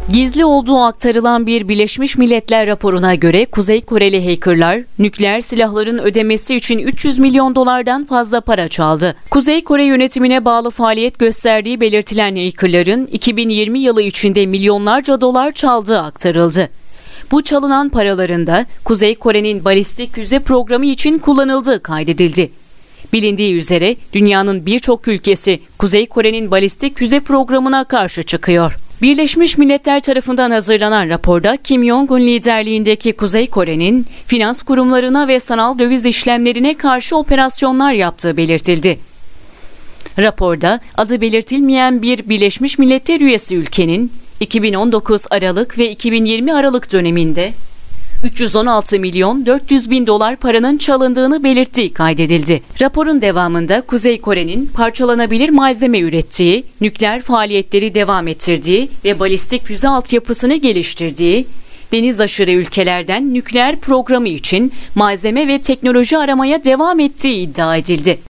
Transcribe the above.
Gizli olduğu aktarılan bir Birleşmiş Milletler raporuna göre Kuzey Koreli hackerlar nükleer silahların ödemesi için 300 milyon dolardan fazla para çaldı. Kuzey Kore yönetimine bağlı faaliyet gösterdiği belirtilen hackerların 2020 yılı içinde milyonlarca dolar çaldığı aktarıldı. Bu çalınan paraların da Kuzey Kore'nin balistik füze programı için kullanıldığı kaydedildi. Bilindiği üzere dünyanın birçok ülkesi Kuzey Kore'nin balistik füze programına karşı çıkıyor. Birleşmiş Milletler tarafından hazırlanan raporda Kim Jong-un liderliğindeki Kuzey Kore'nin finans kurumlarına ve sanal döviz işlemlerine karşı operasyonlar yaptığı belirtildi. Raporda adı belirtilmeyen bir Birleşmiş Milletler üyesi ülkenin 2019 Aralık ve 2020 Aralık döneminde 316 milyon 400 bin dolar paranın çalındığını belirttiği kaydedildi. Raporun devamında Kuzey Kore'nin parçalanabilir malzeme ürettiği, nükleer faaliyetleri devam ettirdiği ve balistik füze altyapısını geliştirdiği, deniz aşırı ülkelerden nükleer programı için malzeme ve teknoloji aramaya devam ettiği iddia edildi.